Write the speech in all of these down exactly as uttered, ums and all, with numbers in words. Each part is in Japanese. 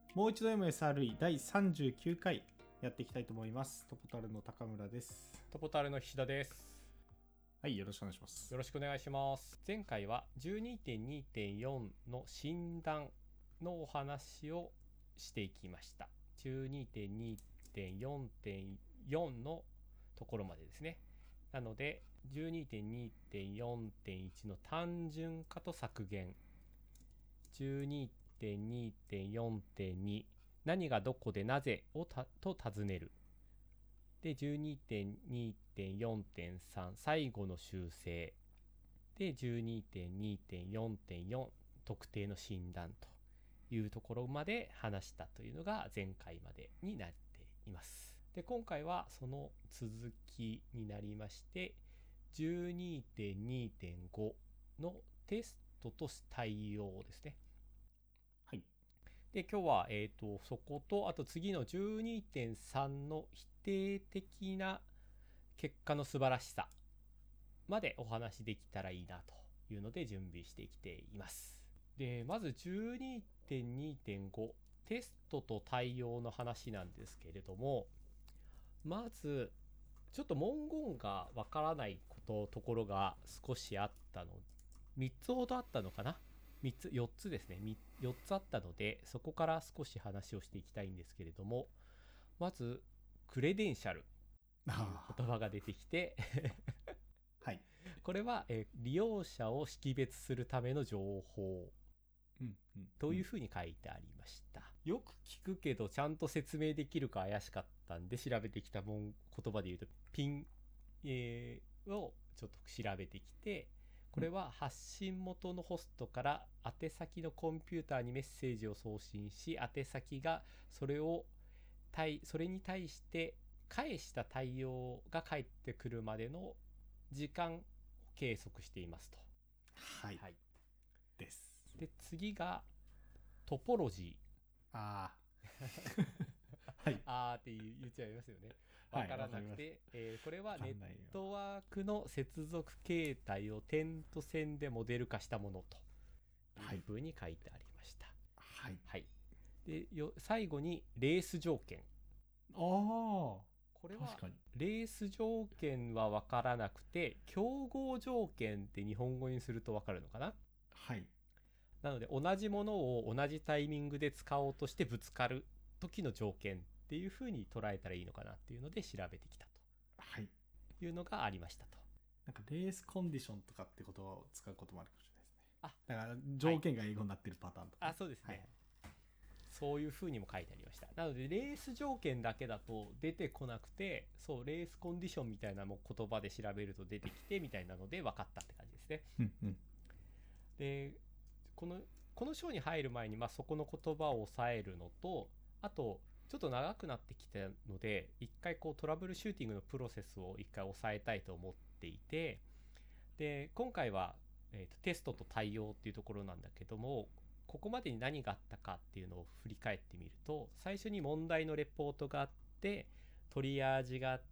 もう一度 エムエスアールイー だいさんじゅうきゅうかいやっていきたいと思います。トポタルの高村です。 トポタルの菱田です。 はい、よろしくお願いします。 よろしくお願いします。前回は じゅうにてんにてんよん の診断のお話をしていきました。じゅうにてんにてんよんてんよん のところまでですね。なので じゅうにてんにてんよんてんいち の単純化と削減、じゅうにてんにてんよんてんに 何がどこでなぜをたと尋ねるで じゅうにてんにてんよんてんさん 最後の修正で じゅうにてんにてんよんてんよん 特定の診断というところまで話したというのが前回までになっています。で今回はその続きになりまして じゅうにてんにてんご のテストと対応ですね。 はい。 で今日は、えーと、そことあと次の じゅうにてんさん の否定的な結果の素晴らしさまでお話できたらいいなというので準備してきています。でまず じゅうにてんにてんご テストと対応の話なんですけれども、まずちょっと文言がわからないことところが少しあったのみっつほどあったのかなみっつよっつですねよっつあったので、そこから少し話をしていきたいんですけれども、まずクレデンシャルという言葉が出てきてはい、 これは、えー、利用者を識別するための情報というふうに書いてありました、うんうん、よく聞くけどちゃんと説明できるか怪しかったんで調べてきたもん言葉で言うとピン、えー、をちょっと調べてきて、これは発信元のホストから宛先のコンピューターにメッセージを送信し、宛先がそれを対それに対して返した対応が返ってくるまでの時間を計測していますと。 はい、はい、です。 で次がトポロジー。ああはいあーって言っちゃいますよね。わからなくて、はい、えー、これはネットワークの接続形態を点と線でモデル化したものというふうに書いてありました。 はい、 はい、でよ最後にレース条件。 ああこれはレース条件は分からなくて競合条件って日本語にすると分かるのかな。 はい。 なので同じものを同じタイミングで使おうとしてぶつかる時の条件っていうふうに捉えたらいいのかなっていうので調べてきたというのがありましたと。 なんかレースコンディションとかって言葉を使うこともあるかもしれないですね。あ、だから条件が英語になってるパターンとか、 はい、あ、そうですね、はい、そういうふうにも書いてありました。なのでレース条件だけだと出てこなくて、そうレースコンディションみたいなも言葉で調べると出てきてみたいなので分かったって感じですね。 うんうん、 でこのこの章に入る前に、まあ、そこの言葉を押さえるのと、あとちょっと長くなってきたので一回こうトラブルシューティングのプロセスを一回押さえたいと思っていて、で今回は、えーと、テストと対応っていうところなんだけども、ここまでに何があったかっていうのを振り返ってみると、最初に問題のレポートがあって、トリアージがあって、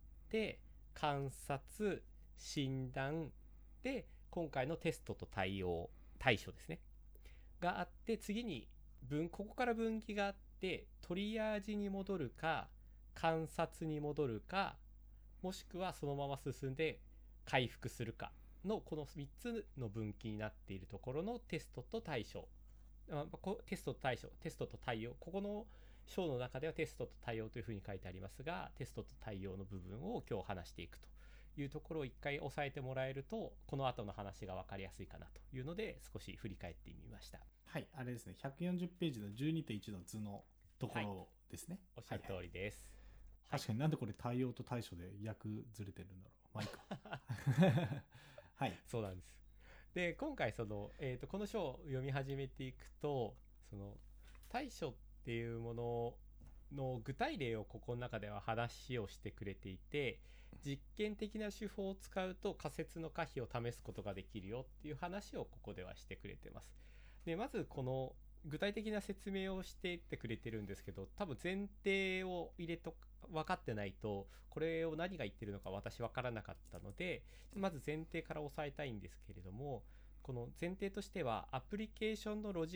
観察、診断で今回のテストと対応対処ですねがあって、次に分ここから分岐があって、トリアージに戻るか観察に戻るか、もしくはそのまま進んで回復するかのこのみっつの分岐になっているところのテストと対処、テストと対処、テストと対応、ここの章の中ではテストと対応というふうに書いてありますが、テストと対応の部分を今日話していくというところを一回押さえてもらえると、この後の話が分かりやすいかなというので少し振り返ってみました。 はい、あれですね、ひゃくよんじゅうページの じゅうにてんいち の図のところですね、はい、 おっしゃる通りです、 はいはい、確かになんでこれ対応と対処で訳ずれてるんだろう、まあいいかはい、 そうなんです。で今回その、えーと、この章を読み始めていくと、その対処っていうものの具体例をここの中では話をしてくれていて、実験的な手法を使うと仮説の可否を試すことができるよっていう話をここではしてくれてます。でまずこの具体的な説明をしていってくれてるんですけど、多分前提を入れと分かってないとこれを何が言ってるのか私分からなかったので、まず前提から押さえたいんですけれども、この前提としてはアプリケーションのロジック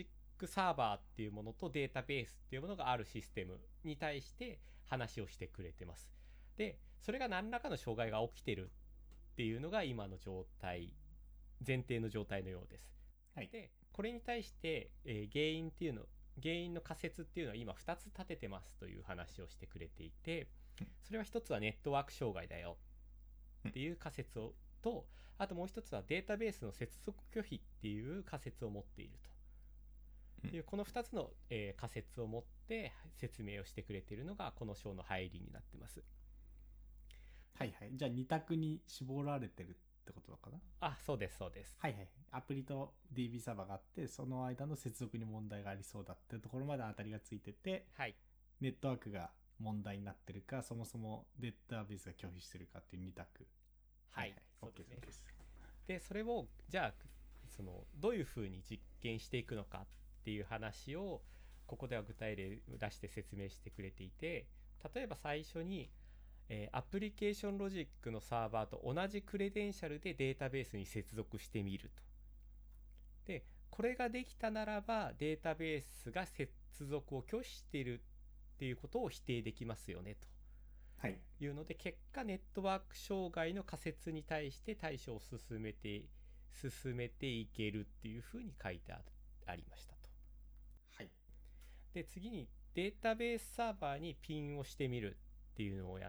属サーバーっていうものとデータベースっていうものがあるシステムに対して話をしてくれてます。でそれが何らかの障害が起きてるっていうのが今の状態、前提の状態のようです。 はい、 でこれに対して、えー、原因っていうの原因の仮説っていうのは今ふたつ立ててますという話をしてくれていて、それはひとつはネットワーク障害だよっていう仮説をと、あともう一つはデータベースの接続拒否っていう仮説を持っているという、このふたつの、えー、仮説を持って説明をしてくれているのがこの章の入りになってます。 はいはい。じゃあに択に絞られてるってことかな。 あ、そうですそうです。 はいはい。アプリと ディービー サーバーがあって、その間の接続に問題がありそうだっていうところまで当たりがついてて、 はい、 ネットワークが問題になってるか、そもそもデータベースが拒否してるかっていうに択。 はい、はい、そうですね。でそれをじゃあそのどういうふうに実験していくのかっていう話をここでは具体例を出して説明してくれていて、例えば最初に、えー、アプリケーションロジックのサーバーと同じクレデンシャルでデータベースに接続してみると。でこれができたならばデータベースが接続を拒否しているっていうことを否定できますよねと。はい、いうので結果ネットワーク障害の仮説に対して対処を進めて進めていけるっていうふうに書いて あ, ありましたと。はい、で次にデータベースサーバーにピンをしてみるっていうのをやって、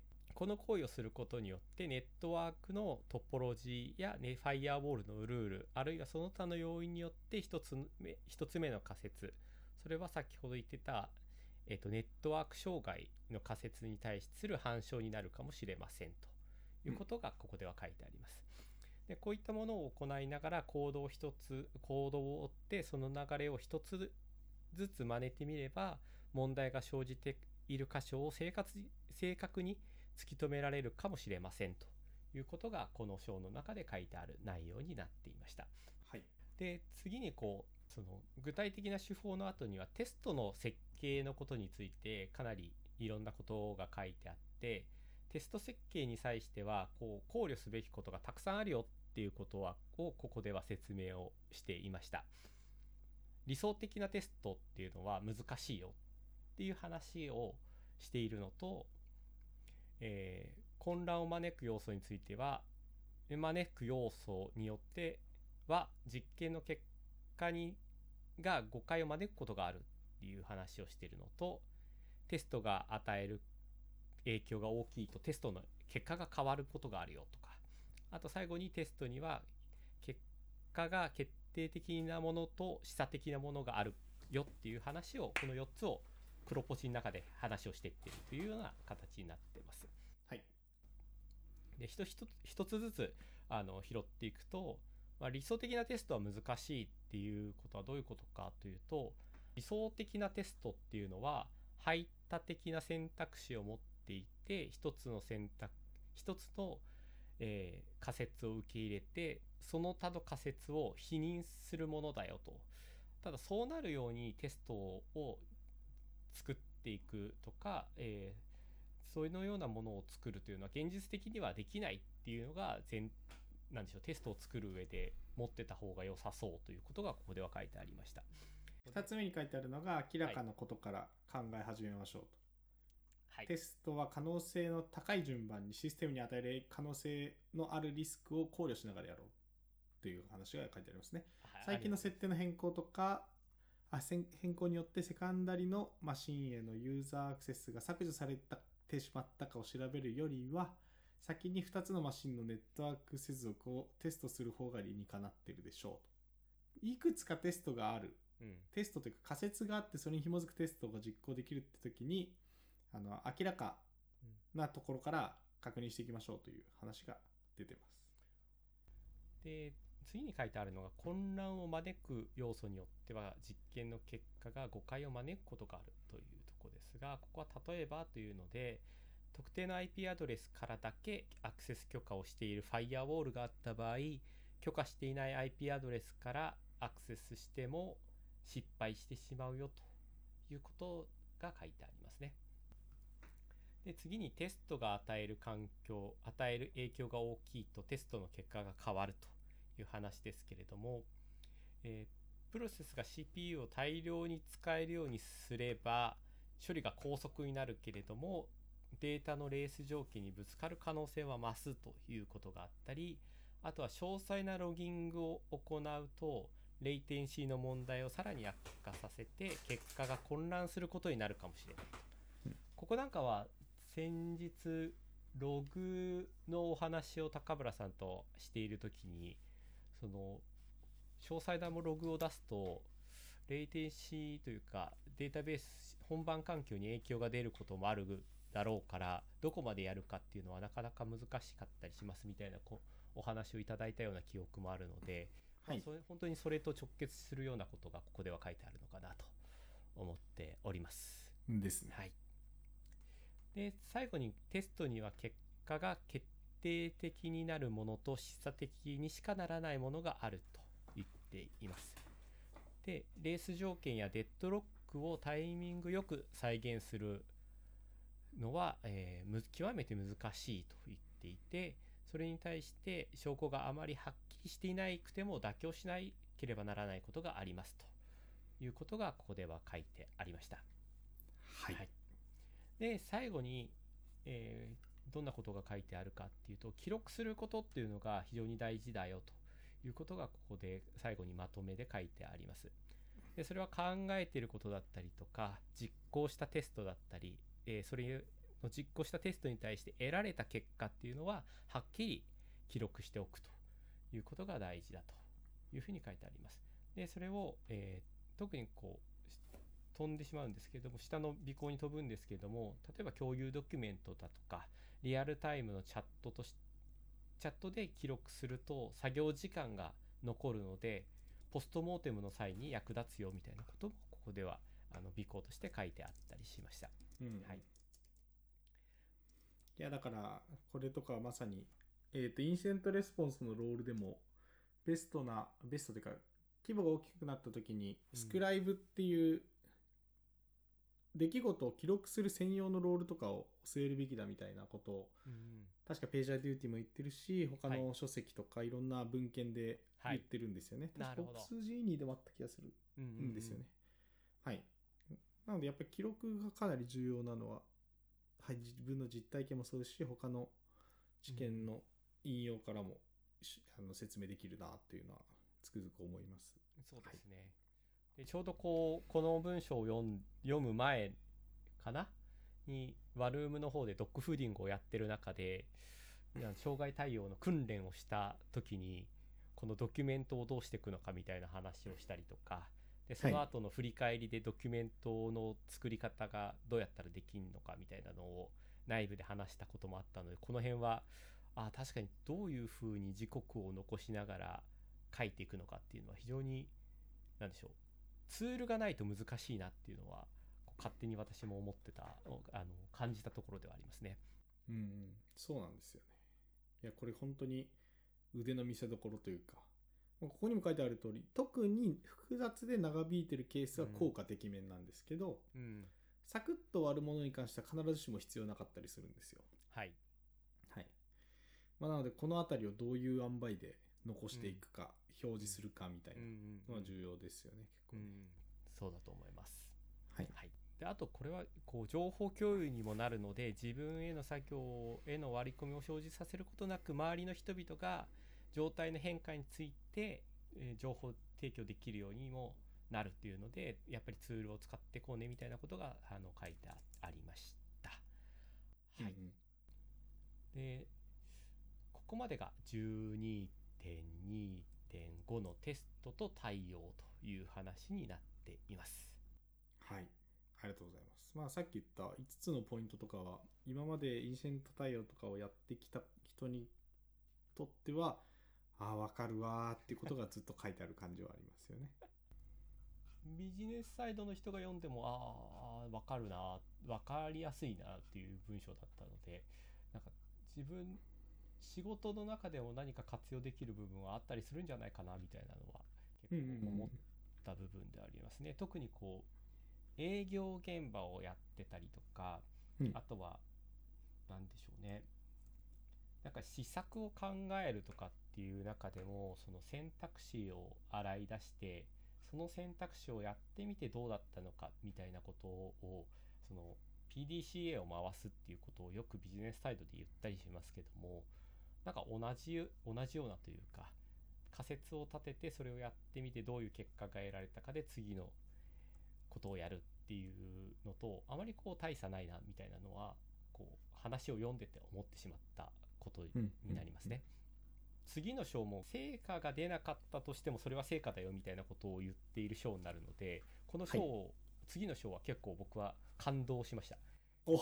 この行為をすることによってネットワークのトポロジーや、ね、ファイアウォールのルールあるいはその他の要因によって一つ目一つ目の仮説、それは先ほど言ってたえー、とネットワーク障害の仮説に対する反証になるかもしれませんということがここでは書いてあります。でこういったものを行いながら行動を一つ行動を追ってその流れを一つずつ真似てみれば問題が生じている箇所を正確に突き止められるかもしれませんということがこの章の中で書いてある内容になっていました。はい、で次にこうその具体的な手法の後にはテストの設計のことについてかなりいろんなことが書いてあって、テスト設計に際してはこう考慮すべきことがたくさんあるよっていうことはをここでは説明をしていました。理想的なテストっていうのは難しいよっていう話をしているのと、えー、混乱を招く要素については招く要素によっては実験の結果にが誤解を招くことがあるっていう話をしているのと、テストが与える影響が大きいとテストの結果が変わることがあるよとか、あと最後にテストには結果が決定的なものと示唆的なものがあるよっていう話をこのよっつを黒ポチの中で話をしていっているというような形になっています。はい、で一つ一つずつあの拾っていくと、まあ、理想的なテストは難しいっていうことはどういうことかというと、理想的なテストっていうのは排他的な選択肢を持っていて一つの選択一つの、えー、仮説を受け入れてその他の仮説を否認するものだよと。ただそうなるようにテストを作っていくとか、えー、そういうようなものを作るというのは現実的にはできないっていうのが前なんでしょう、テストを作る上で持ってた方が良さそうということがここでは書いてありました。 ふたつめに書いてあるのが明らかなことから考え始めましょうと、はい、テストは可能性の高い順番にシステムに与える可能性のあるリスクを考慮しながらやろうという話が書いてありますね。はい、最近の設定の変更とかあ変更によってセカンダリのマシンへのユーザーアクセスが削除されてしまったかを調べるよりは先にふたつのマシンのネットワーク接続をテストする方が理にかなっているでしょうと。いくつかテストがある、うん、テストというか仮説があってそれに紐づくテストが実行できるって時にあの明らかなところから確認していきましょうという話が出てます。 で次に書いてあるのが混乱を招く要素によっては実験の結果が誤解を招くことがあるというところですが、ここは例えばというので特定の アイピー アドレスからだけアクセス許可をしているファイアウォールがあった場合、許可していない アイピー アドレスからアクセスしても失敗してしまうよということが書いてありますね。で次にテストが与える環境、与える影響が大きいとテストの結果が変わるという話ですけれども、えー、 プロセスが シーピーユー を大量に使えるようにすれば処理が高速になるけれども、データのレース条件にぶつかる可能性は増すということがあったり、あとは詳細なロギングを行うとレイテンシーの問題をさらに悪化させて結果が混乱することになるかもしれないと、うん、ここなんかは先日ログのお話を高村さんとしているときに、その詳細なログを出すとレイテンシーというかデータベース本番環境に影響が出ることもあるだろうから、どこまでやるかっていうのはなかなか難しかったりしますみたいなこお話をいただいたような記憶もあるので、はい、まあ、それ本当にそれと直結するようなことがここでは書いてあるのかなと思っておりますですね。 はい、で最後にテストには結果が決定的になるものと示唆的にしかならないものがあると言っています。でレース条件やデッドロックをタイミングよく再現するのは、えー、極めて難しいと言っていて、それに対して証拠があまりはっきりしていなくても妥協しなければならないことがありますということがここでは書いてありました。 はい、はい、 で最後に、えー、どんなことが書いてあるかっていうと、記録することっていうのが非常に大事だよということがここで最後にまとめで書いてあります。でそれは考えていることだったりとか実行したテストだったり、えー、それの実行したテストに対して得られた結果っていうのははっきり記録しておくということが大事だというふうに書いてあります。でそれを、えー、特にこう飛んでしまうんですけれども、下の尾行に飛ぶんですけれども、例えば共有ドキュメントだとかリアルタイムのチャットとしチャットで記録すると作業時間が残るのでポストモーテムの際に役立つよみたいなこともここではあの尾行として書いてあったりしました。 うん、はい。いやだからこれとかはまさに、えーと、インシデントレスポンスのロールでもベストなベストというか規模が大きくなった時にスクライブっていう出来事を記録する専用のロールとかを据えるべきだみたいなことを、うん、確かページャーデューティも言ってるし、他の書籍とかいろんな文献で言ってるんですよね。はい、確か オーエクスジー にでもあった気がするんですよね。はい。なのでやっぱり記録がかなり重要なのは、はい、自分の実体験もそうですし、他の知見の引用からも、うん、あの説明できるなっていうのはつくづく思います。 そうですね。はい、でちょうどこうこの文章を読ん読む前かなにワルームの方でドッグフーディングをやってる中で障害対応の訓練をした時にこのドキュメントをどうしていくのかみたいな話をしたりとかで、その後の振り返りでドキュメントの作り方がどうやったらできるのかみたいなのを内部で話したこともあったので、この辺はあ確かにどういうふうに時刻を残しながら書いていくのかっていうのは非常に何でしょう、ツールがないと難しいなっていうのは勝手に私も思ってたあの感じたところではありますね。 うん、そうなんですよね。いやこれ本当に腕の見せ所というか、ここにも書いてある通り特に複雑で長引いてるケースは効果てきめんなんですけど、うんうん、サクッと終わるものに関しては必ずしも必要なかったりするんですよ。 はい、 はい。まあ、なのでこのあたりをどういう塩梅で残していくか、うん、表示するかみたいなのは重要ですよね、結構ね、うん、 そうだと思います。 はい、 はい、であとこれはこう情報共有にもなるので、自分への作業への割り込みを生じさせることなく周りの人々が状態の変化について、えー、情報提供できるようにもなるっていうので、やっぱりツールを使ってこうねみたいなことがあの書いてありました。はい、うんうん、でここまでが じゅうにてんにてんご のテストと対応という話になっています。 はい、ありがとうございます。まあさっき言ったいつつのポイントとかは今までインシデント対応とかをやってきた人にとってはああ分かるわーっていうことがずっと書いてある感じはありますよね。 ビジネスサイドの人が読んでもああ分かるな、分かりやすいなっていう文章だったので、なんか自分仕事の中でも何か活用できる部分はあったりするんじゃないかなみたいなのは結構思った部分でありますね。うんうんうん、特にこう営業現場をやってたりとか、うん、あとは何でしょうね、なんか施策を考えるとかっていう中でもその選択肢を洗い出してその選択肢をやってみてどうだったのかみたいなことを、その ピーディーシーエー を回すっていうことをよくビジネスサイドで言ったりしますけども、なんか同じ同じようなというか、仮説を立ててそれをやってみてどういう結果が得られたかで次のことをやるっていうのとあまりこう大差ないなみたいなのは、こう話を読んでて思ってしまったことになりますね。うんうんうん、次の章も成果が出なかったとしてもそれは成果だよみたいなことを言っている章になるので、この章、はい、次の章は結構僕は感動しました。 お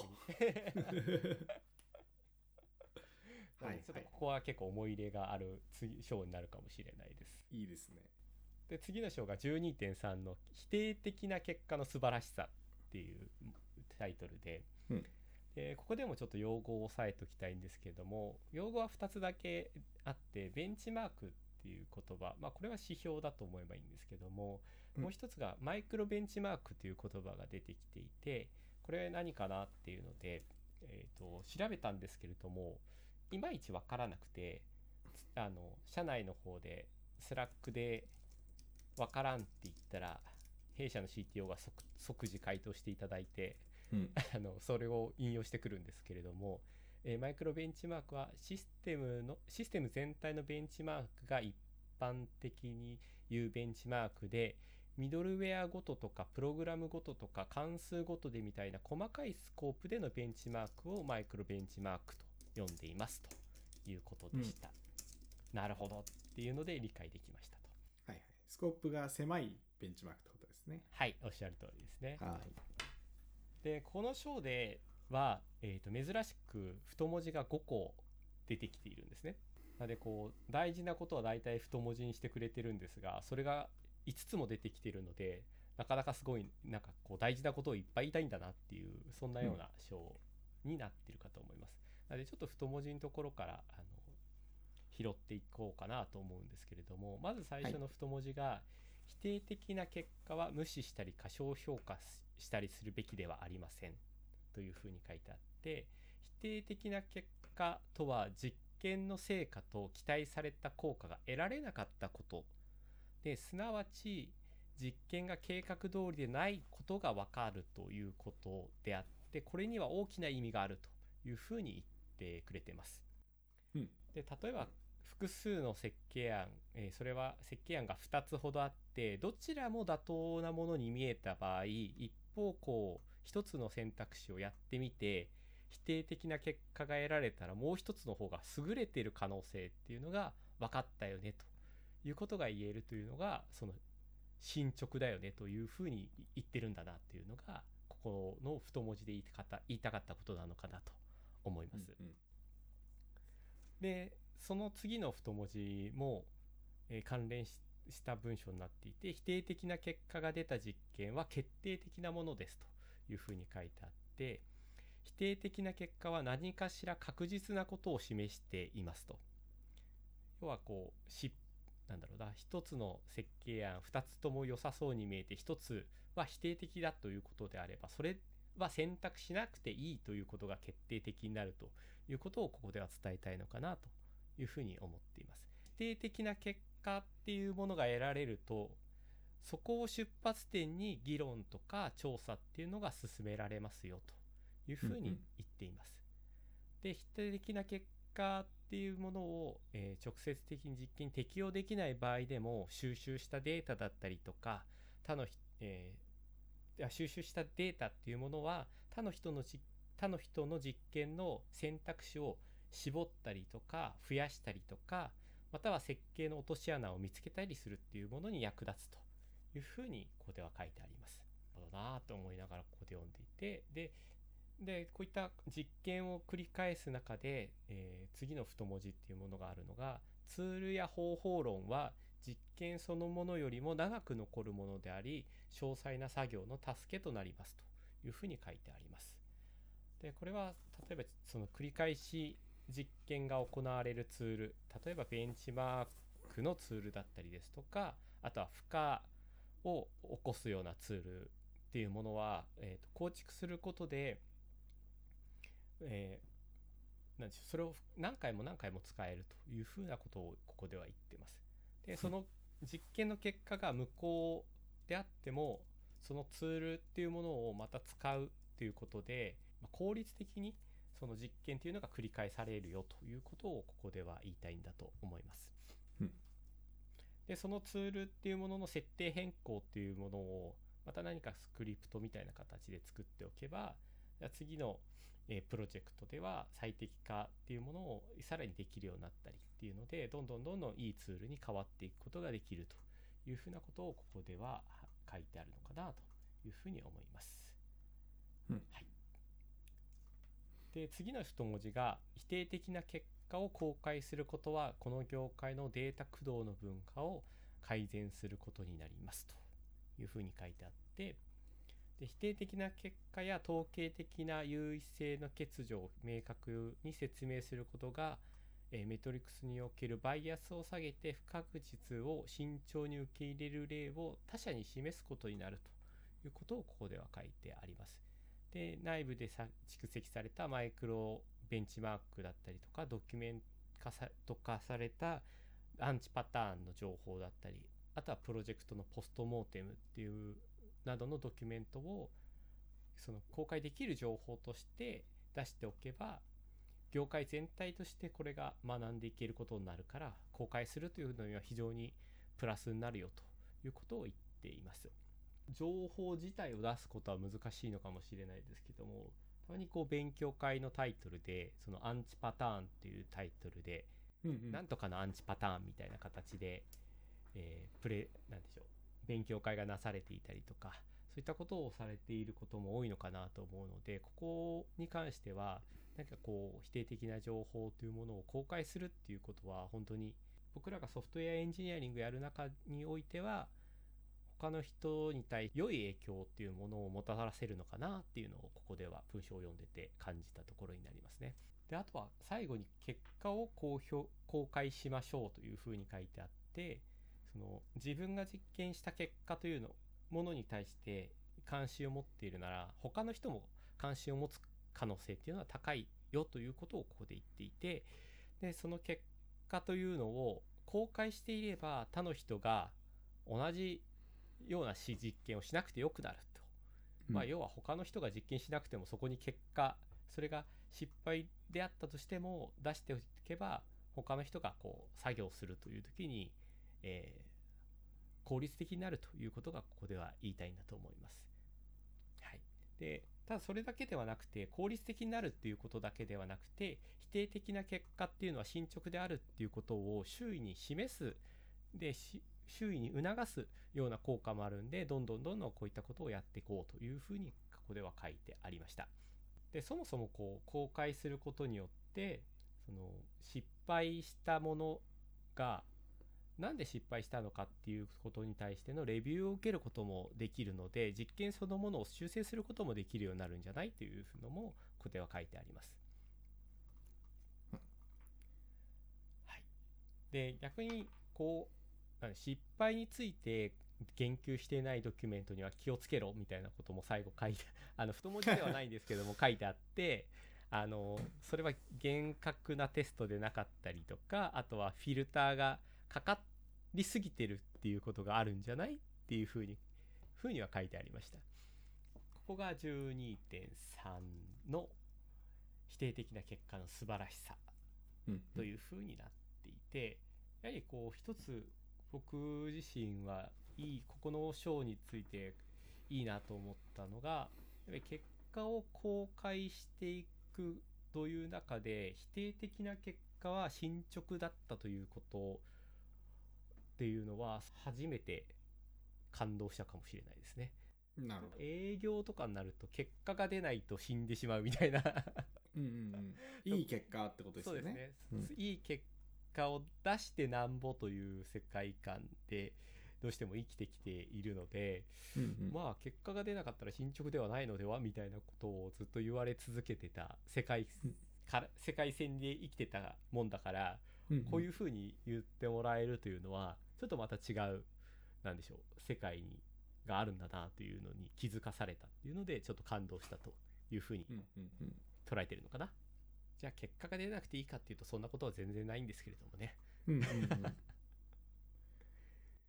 はい、ちょっとここは結構思い入れがある次章になるかもしれないです。 いいですね。 で次の章が じゅうにてんさん の否定的な結果の素晴らしさっていうタイトルで、うん、でここでもちょっと用語を押さえておきたいんですけども、用語はふたつだけあって、ベンチマークっていう言葉、まあこれは指標だと思えばいいんですけども、うん、もう一つがマイクロベンチマークという言葉が出てきていて、これ何かなっていうので、えーと、調べたんですけれどもいまいち分からなくて、あの社内の方でスラックで分からんって言ったら弊社の シーティーオー が 即, 即時回答していただいて、うん、あのそれを引用してくるんですけれども、えー、マイクロベンチマークはシステムのシステム全体のベンチマークが一般的に言うベンチマークで、ミドルウェアごととかプログラムごととか関数ごとでみたいな細かいスコープでのベンチマークをマイクロベンチマークと呼んでいますということでした、うん、なるほどっていうので理解できましたと。 はいはい、スコープが狭いベンチマークってことですね。 はい、おっしゃる通りですね。 はい、 でこの章では、えーと、珍しく太文字がごこ出てきているんですね。なのでこう大事なことは大体太文字にしてくれてるんですが、それがいつつも出てきているので、なかなかすごいなんかこう大事なことをいっぱい言いたいんだなっていう、そんなような章になっているかと思います。なのでちょっと太文字のところからあの拾っていこうかなと思うんですけれども、まず最初の太文字が、はい、否定的な結果は無視したり過小評価したりするべきではありませんというふうに書いてあって、否定的な結果とは実験の成果と期待された効果が得られなかったことで、すなわち実験が計画通りでないことが分かるということであって、これには大きな意味があるというふうに言ってくれています、うん、で例えば複数の設計案、えー、それは設計案がふたつほどあって、どちらも妥当なものに見えた場合、一方こうひとつの選択肢をやってみて否定的な結果が得られたら、もう一つの方が優れている可能性っていうのが分かったよねということが言えるというのが、その進捗だよねというふうに言ってるんだなっていうのが、ここの太文字で言いたかった言いたかったことなのかなと思います、うんうん、でその次の太文字も、えー、関連 し, した文章になっていて、否定的な結果が出た実験は決定的なものですというふうに書いてあって、否定的な結果は何かしら確実なことを示していますと。要はこう失なんだろうな、一つの設計案二つとも良さそうに見えて一つは否定的だということであれば、それは選択しなくていいということが決定的になるということをここでは伝えたいのかなというふうに思っています。否定的な結果っていうものが得られると、そこを出発点に議論とか調査っていうのが進められますよというふうに言っています、うんうん、で否定的な結果っていうものを、えー、直接的に実験に適用できない場合でも、収集したデータだったりとか他の、えー、収集したデータっていうものは他の人のじ他の人の実験の選択肢を絞ったりとか増やしたりとか、または設計の落とし穴を見つけたりするっていうものに役立つというふうにここでは書いてあります。なるほどなと思いながらここで読んでいて、ででこういった実験を繰り返す中で、えー、次の太文字っていうものがあるのが、ツールや方法論は実験そのものよりも長く残るものであり、詳細な作業の助けとなりますというふうに書いてあります。でこれは例えばその繰り返し実験が行われるツール、例えばベンチマークのツールだったりですとか、あとは負荷を起こすようなツールっていうものは、えーと、構築することで、えー、なんでしょう、それを何回も何回も使えるというふうなことをここでは言ってます。でその実験の結果が無効であってもそのツールっていうものをまた使うっていうことで、まあ、効率的にその実験っていうのが繰り返されるよということをここでは言いたいんだと思います。 うん、 でそのツールっていうものの設定変更っていうものをまた何かスクリプトみたいな形で作っておけば、じゃあ次のえプロジェクトでは最適化っていうものをさらにできるようになったりっていうので、どんどんどんどんいいツールに変わっていくことができるというふうなことをここでは書いてあるのかなというふうに思います。 うん、 はい。で次の一文字が否定的な結果を公開することはこの業界のデータ駆動の文化を改善することになりますというふうに書いてあって、で否定的な結果や統計的な優位性の欠如を明確に説明することが、えー、メトリックスにおけるバイアスを下げて不確実を慎重に受け入れる例を他者に示すことになるということをここでは書いてあります。で内部で蓄積されたマイクロベンチマークだったりとかドキュメント化されたアンチパターンの情報だったり、あとはプロジェクトのポストモーテムっていうなどのドキュメントをその公開できる情報として出しておけば、業界全体としてこれが学んでいけることになるから、公開するというのには非常にプラスになるよということを言っています。情報自体を出すことは難しいのかもしれないですけども、たまにこう勉強会のタイトルでそのアンチパターンっていうタイトルで、 うんうん、 なんとかのアンチパターンみたいな形で、えー、プレなんでしょう勉強会がなされていたりとか、そういったことをされていることも多いのかなと思うので、ここに関してはなんかこう否定的な情報というものを公開するっていうことは、本当に僕らがソフトウェアエンジニアリングやる中においては他の人に対して良い影響っていうものをもたらせるのかなっていうのをここでは文章を読んでて感じたところになりますね。であとは最後に結果を公表公開しましょうというふうに書いてあって、その自分が実験した結果というのものに対して関心を持っているなら、他の人も関心を持つ可能性っていうのは高いよということをここで言っていて、でその結果というのを公開していれば他の人が同じような実験をしなくてよくなると、うん、まあ要は他の人が実験しなくてもそこに結果、それが失敗であったとしても出しておけば、他の人がこう作業するという時に、えー、効率的になるということがここでは言いたいんだと思います。はい。でただそれだけではなくて、効率的になるっていうことだけではなくて、否定的な結果っていうのは進捗であるっていうことを周囲に示す、で周囲に促すような効果もあるんで、どんどんどんどんこういったことをやっていこうというふうにここでは書いてありました。でそもそもこう公開することによって、その失敗したものがなんで失敗したのかっていうことに対してのレビューを受けることもできるので、実験そのものを修正することもできるようになるんじゃないというのもここでは書いてあります。はい、で逆にこう失敗について言及していないドキュメントには気をつけろみたいなことも最後書いてあの太文字ではないんですけども書いてあってあのそれは厳格なテストでなかったりとか、あとはフィルターがかかりすぎてるっていうことがあるんじゃないっていうふうにふうには書いてありました。ここが じゅうにてんさん の否定的な結果の素晴らしさというふうになっていて、やはりこう一つ僕自身はいいここの章についていいなと思ったのが、やっぱり結果を公開していくという中で否定的な結果は進捗だったということっていうのは初めて感動したかもしれないですね。 なるほど。 営業とかになると結果が出ないと死んでしまうみたいなうんうん、うん、いい結果ってことですよね。 そうですね、 うん、 いい結果を出してなんぼという世界観でどうしても生きてきているので、うんうん、まあ結果が出なかったら進捗ではないのではみたいなことをずっと言われ続けてた世界から、世界線で生きてたもんだから、うんうん、こういうふうに言ってもらえるというのはちょっとまた違うなんでしょう世界にがあるんだなというのに気づかされたっていうのでちょっと感動したというふうに捉えてるのかな。じゃあ結果が出なくていいかっていうとそんなことは全然ないんですけれどもね。 うんうんうんな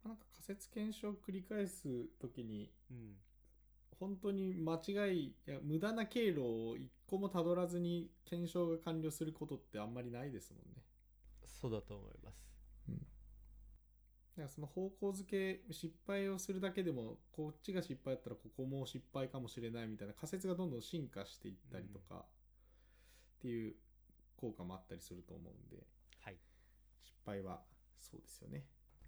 なんか仮説検証を繰り返すときに、 うん、 本当に間違い、いや無駄な経路を一個もたどらずに検証が完了することってあんまりないですもんね。 そうだと思います。 うん。だからその方向づけ、失敗をするだけでも、こっちが失敗だったらここも失敗かもしれないみたいな仮説がどんどん進化していったりとか、っていう効果もあったりすると思うんで、 はい、 失敗はそうですよね。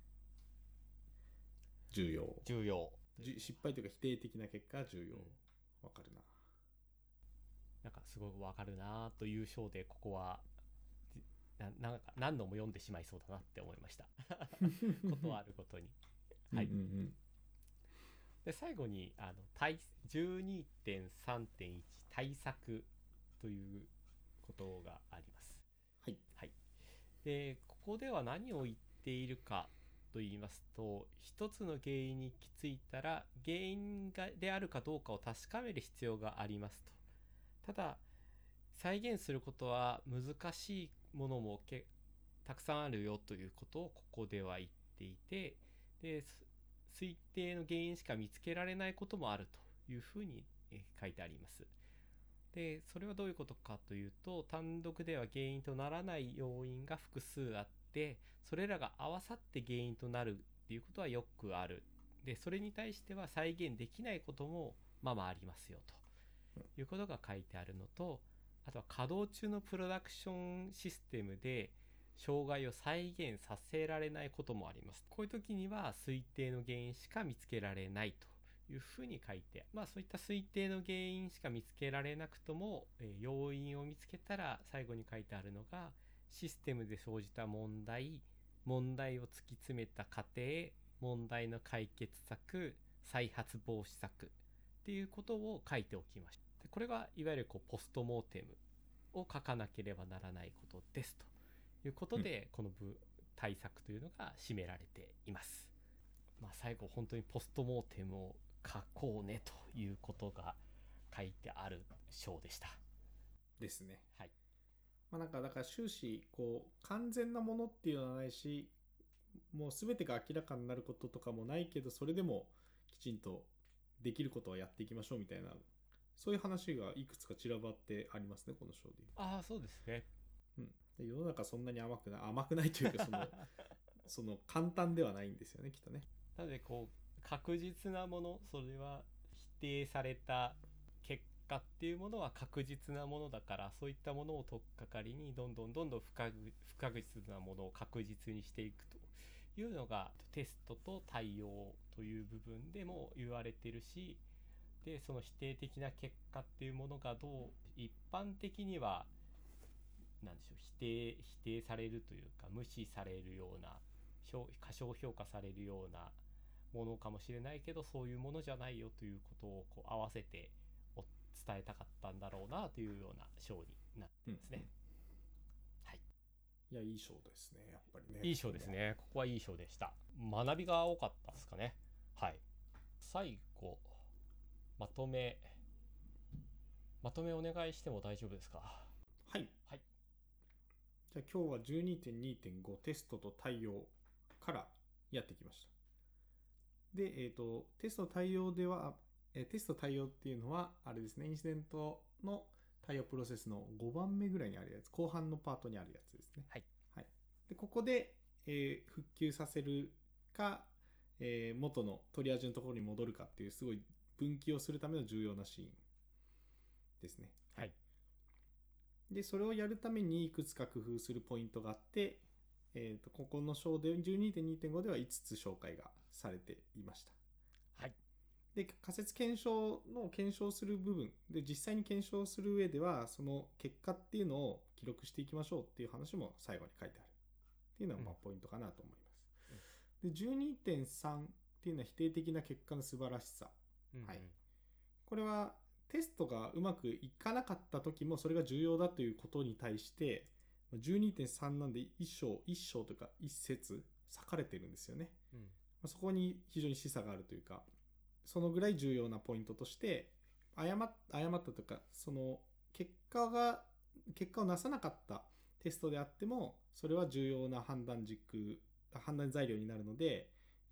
重要。 重要。 失敗というか否定的な結果が重要。わ、うん、かるな。 なんかすごくわかるなという章で、ここはななんか何度も読んでしまいそうだなって思いました。ことあるごとに。はい。うんうんうん、で最後にあの じゅうにてんさんてんいち 対策ということがあります。 はい。 はい。でここでは何を言っているかと言いますと、一つの原因に行き着いたら原因がであるかどうかを確かめる必要がありますと。ただ再現することは難しいものもけたくさんあるよということをここでは言っていて、で推定の原因しか見つけられないこともあるというふうに書いてあります。でそれはどういうことかというと、単独では原因とならない要因が複数あって、それらが合わさって原因となるっていうことはよくある。でそれに対しては再現できないこともまあまあありますよということが書いてあるのと、あとは稼働中のプロダクションシステムで障害を再現させられないこともあります。こういう時には推定の原因しか見つけられないというふうに書いて、まあそういった推定の原因しか見つけられなくとも、えー、要因を見つけたら最後に書いてあるのが、システムで生じた問題、問題を突き詰めた過程、問題の解決策、再発防止策っていうことを書いておきました。でこれがいわゆるこうポストモーテムを書かなければならないことですということで、うん、この部対策というのが占められています。まあ、最後本当にポストモーテムを書こうねということが書いてある章でしたですね。 はい。 まあ、なんかだから終始こう完全なものっていうのはないし、もう全てが明らかになることとかもないけど、それでもきちんとできることはやっていきましょうみたいな、そういう話がいくつか散らばってありますね、この章で。 ああ、そうですね。 うん。で世の中そんなに甘くない、甘くないというか、そのその簡単ではないんですよね、きっとね。 なのでこう確実なもの、それは否定された結果っていうものは確実なものだから、そういったものを取っかかりにどんどんどんどん不確実なものを確実にしていくというのがテストと対応という部分でも言われてるし、でその否定的な結果っていうものがどう一般的にはなんでしょう、否定否定されるというか無視されるような、過小評価されるようなものかもしれないけど、そういうものじゃないよということをこう合わせて伝えたかったんだろうなというような章になってますね、うんうん、はい。 いやいい章ですね、やっぱりね。 いい章ですね。ここはいい章でした。学びが多かったですかね。はい。最後まとめまとめお願いしても大丈夫ですか。 はい、はい。じゃあ今日は じゅうにてんにてんご テストと対応からやってきました。で、えっと、テスト対応では、えテスト対応っていうのは、あれですね、インシデントの対応プロセスのごばんめぐらいにあるやつ、後半のパートにあるやつですね。 はい。 はい、でここで、えー、復旧させるか、えー、元のトリアージのところに戻るかっていう、すごい分岐をするための重要なシーンですね。 はい。 で、それをやるためにいくつか工夫するポイントがあって、えーと、ここの章で じゅうにてんにてんご ではいつつ紹介がされていました。 はい。 で、仮説検証の検証する部分で、実際に検証する上では、その結果っていうのを記録していきましょうっていう話も最後に書いてあるっていうのがまあポイントかなと思います。うん、で、じゅうにてんさん っていうのは否定的な結果の素晴らしさ。うんうん、はい。これはテストがうまくいかなかった時もそれが重要だということに対して、じゅうにてんさん なんで一章、一章というか一節割かれてるんですよね。うん、そこに非常に示唆があるというか、そのぐらい重要なポイントとして、誤っ、誤ったというか、その結果が、結果をなさなかったテストであっても、それは重要な判断軸、判断材料になるので、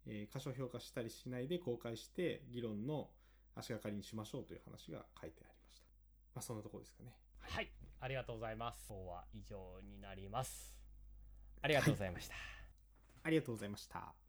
えー、過小評価したりしないで公開して議論の足がかりにしましょうという話が書いてありました。まあそんなところですかね。 はい、はい、ありがとうございます。今日は以上になります。ありがとうございました。はい、 ありがとうございました。